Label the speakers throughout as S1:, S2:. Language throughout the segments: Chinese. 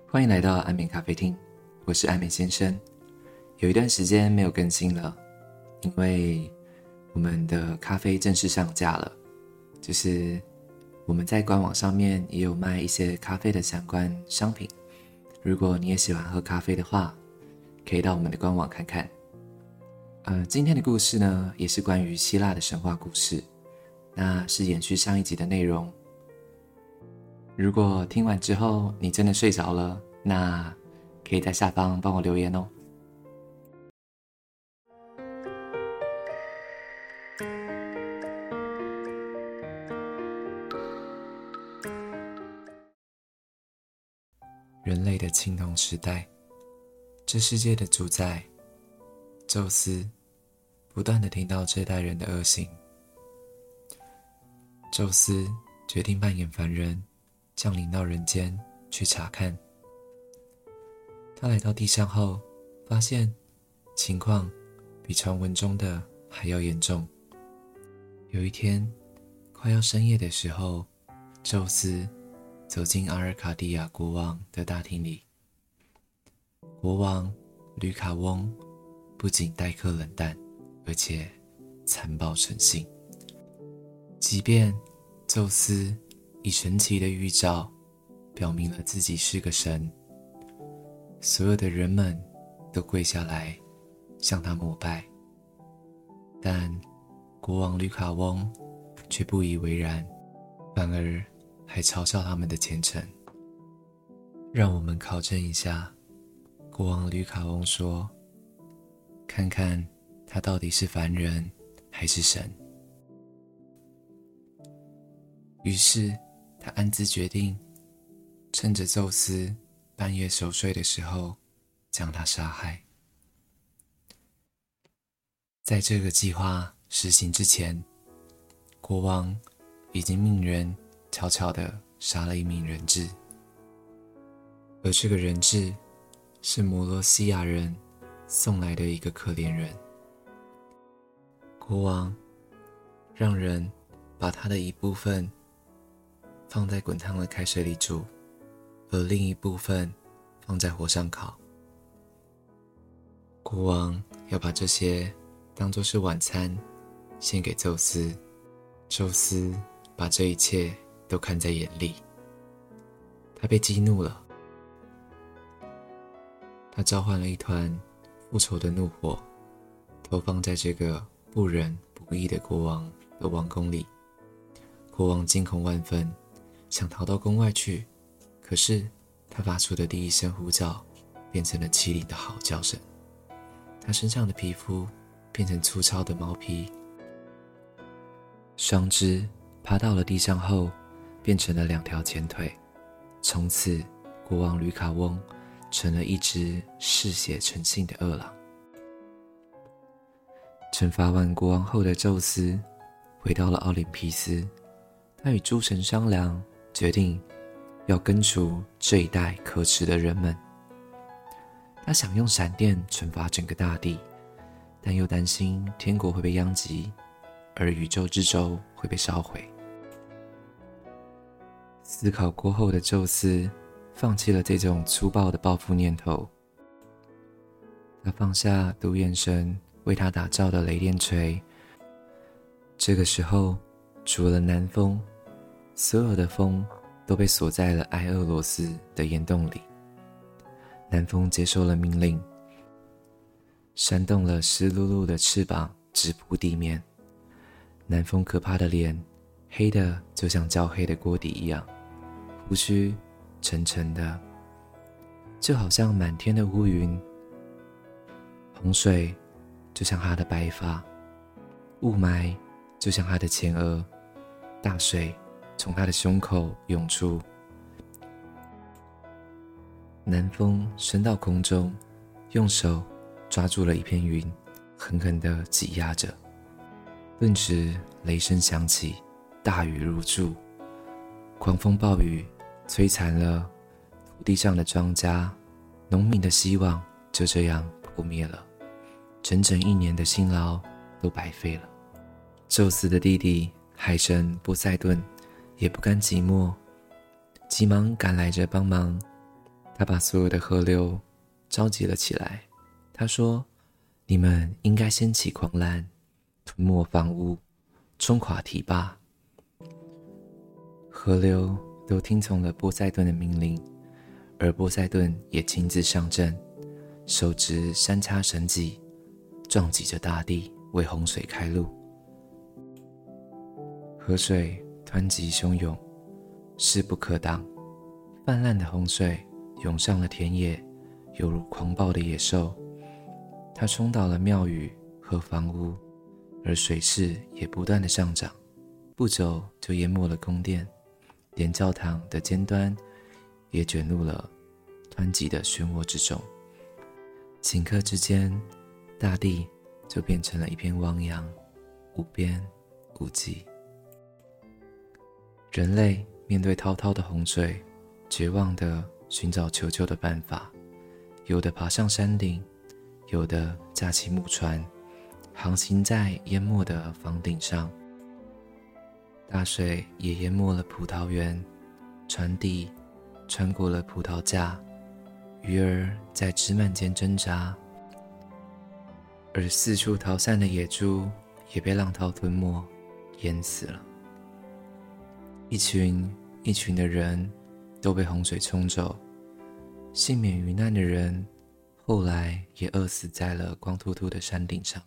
S1: 欢迎来到安眠咖啡厅，我是安眠先生。有一段时间没有更新了，因为我们的咖啡正式上架了，就是我们在官网上面也有卖一些咖啡的相关商品。如果你也喜欢喝咖啡的话，可以到我们的官网看看。今天的故事呢，也是关于希腊的神话故事，那是延续上一集的内容。如果听完之后你真的睡着了，那可以在下方帮我留言哦。人类的青铜时代，这世界的主宰宙斯不断地听到这代人的恶行。宙斯决定扮演凡人，降临到人间去查看。他来到地上后，发现情况比传闻中的还要严重。有一天快要深夜的时候，宙斯走进阿尔卡蒂亚国王的大厅里。国王吕卡翁不仅待客冷淡，而且残暴成性。即便宙斯以神奇的预兆表明了自己是个神，所有的人们都跪下来向他膜拜，但国王吕卡翁却不以为然，反而还嘲笑他们的虔诚。让我们考证一下，国王吕卡翁说，看看他到底是凡人还是神。于是他暗自决定，趁着宙斯半夜熟睡的时候将他杀害。在这个计划实行之前，国王已经命人悄悄地杀了一名人质，而这个人质是摩罗西亚人送来的一个可怜人。国王让人把他的一部分放在滚烫的开水里煮，而另一部分放在火上烤。国王要把这些当作是晚餐献给宙斯，宙斯把这一切都看在眼里，他被激怒了。他召唤了一团复仇的怒火，投放在这个不仁不义的国王的王宫里。国王惊恐万分，想逃到宫外去，可是他发出的第一声呼叫变成了凄厉的嚎叫声，他身上的皮肤变成粗糙的毛皮，双肢趴到了地上后变成了两条前腿。从此国王吕卡翁成了一只嗜血成性的恶狼。惩罚完国王后的宙斯回到了奥林匹斯，他与诸神商量，决定要根除这一代可耻的人们。他想用闪电惩罚整个大地，但又担心天国会被殃及，而宇宙之舟会被烧毁。思考过后的宙斯放弃了这种粗暴的报复念头，他放下独眼神为他打造的雷电锤。这个时候，除了南风，所有的风都被锁在了埃俄罗斯的岩洞里。南风接受了命令，扇动了湿漉漉的翅膀，直扑地面。南风可怕的脸黑的就像焦黑的锅底一样，胡须沉沉的，就好像满天的乌云。洪水就像他的白发，雾霾就像他的前额，大水从他的胸口涌出。南风升到空中，用手抓住了一片云，狠狠地挤压着。顿时雷声响起，大雨如注，狂风暴雨摧残了土地上的庄稼，农民的希望就这样破灭了，整整1年的辛劳都白费了。宙斯的弟弟海神波塞顿也不甘寂寞，急忙赶来着帮忙， 他把所有的河流召集了起来。他说：你们应该掀起狂澜，吞没房屋，冲垮堤坝。河流都听从了波塞顿的命令，而波塞顿也亲自上阵，手执三叉神戟，撞击着大地，为洪水开路。河水湍急汹涌，势不可挡，泛滥的洪水涌上了田野，犹如狂暴的野兽。它冲倒了庙宇和房屋，而水势也不断的上涨，不久就淹没了宫殿，连教堂的尖端也卷入了湍急的漩涡之中。顷刻之间，大地就变成了一片汪洋，无边无际。人类面对滔滔的洪水，绝望地寻找求救的办法，有的爬上山顶，有的架起木船，航行在淹没的房顶上。大水也淹没了葡萄园，船底穿过了葡萄架，鱼儿在枝蔓间挣扎，而四处逃散的野猪也被浪涛吞没，淹死了。一群一群的人都被洪水冲走，幸免于难的人后来也饿死在了光秃秃的山顶上。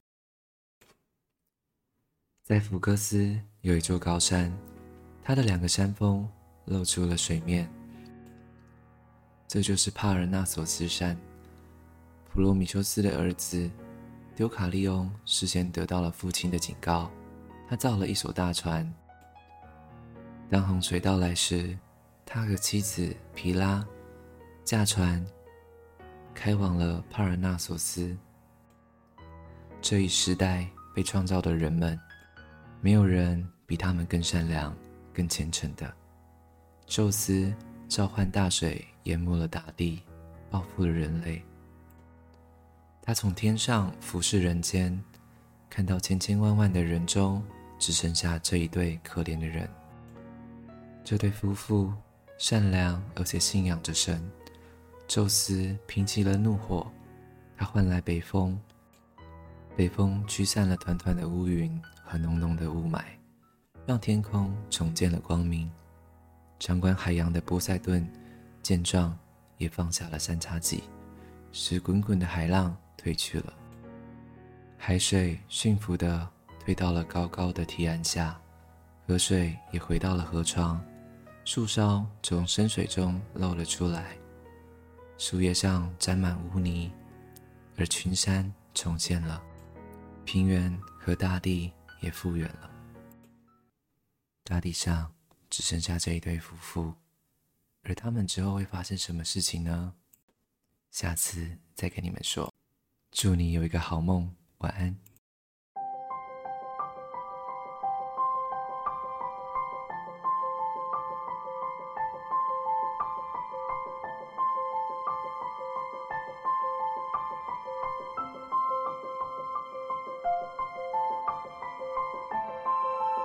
S1: 在福戈斯有一座高山，它的2个山峰露出了水面，这就是帕尔纳索斯山。普罗米修斯的儿子丢卡利翁事先得到了父亲的警告，他造了一艘大船。当洪水到来时，他和妻子皮拉驾船开往了帕尔纳索斯。这一时代被创造的人们，没有人比他们更善良、更虔诚的。宙斯召唤大水淹没了大地，报复了人类。他从天上俯视人间，看到千千万万的人中，只剩下这一对可怜的人。这对夫妇善良而且信仰着神。宙斯平息了怒火，他唤来北风，北风驱散了团团的乌云和浓浓的雾霾，让天空重见了光明。掌管海洋的波塞顿见状，也放下了三叉戟，使滚滚的海浪退去了。海水驯服地退到了高高的堤岸下，河水也回到了河床，树梢从深水中露了出来，树叶上沾满污泥，而群山重现了，平原和大地也复原了。大地上只剩下这一对夫妇，而他们之后会发生什么事情呢？下次再跟你们说。祝你有一个好梦，晚安。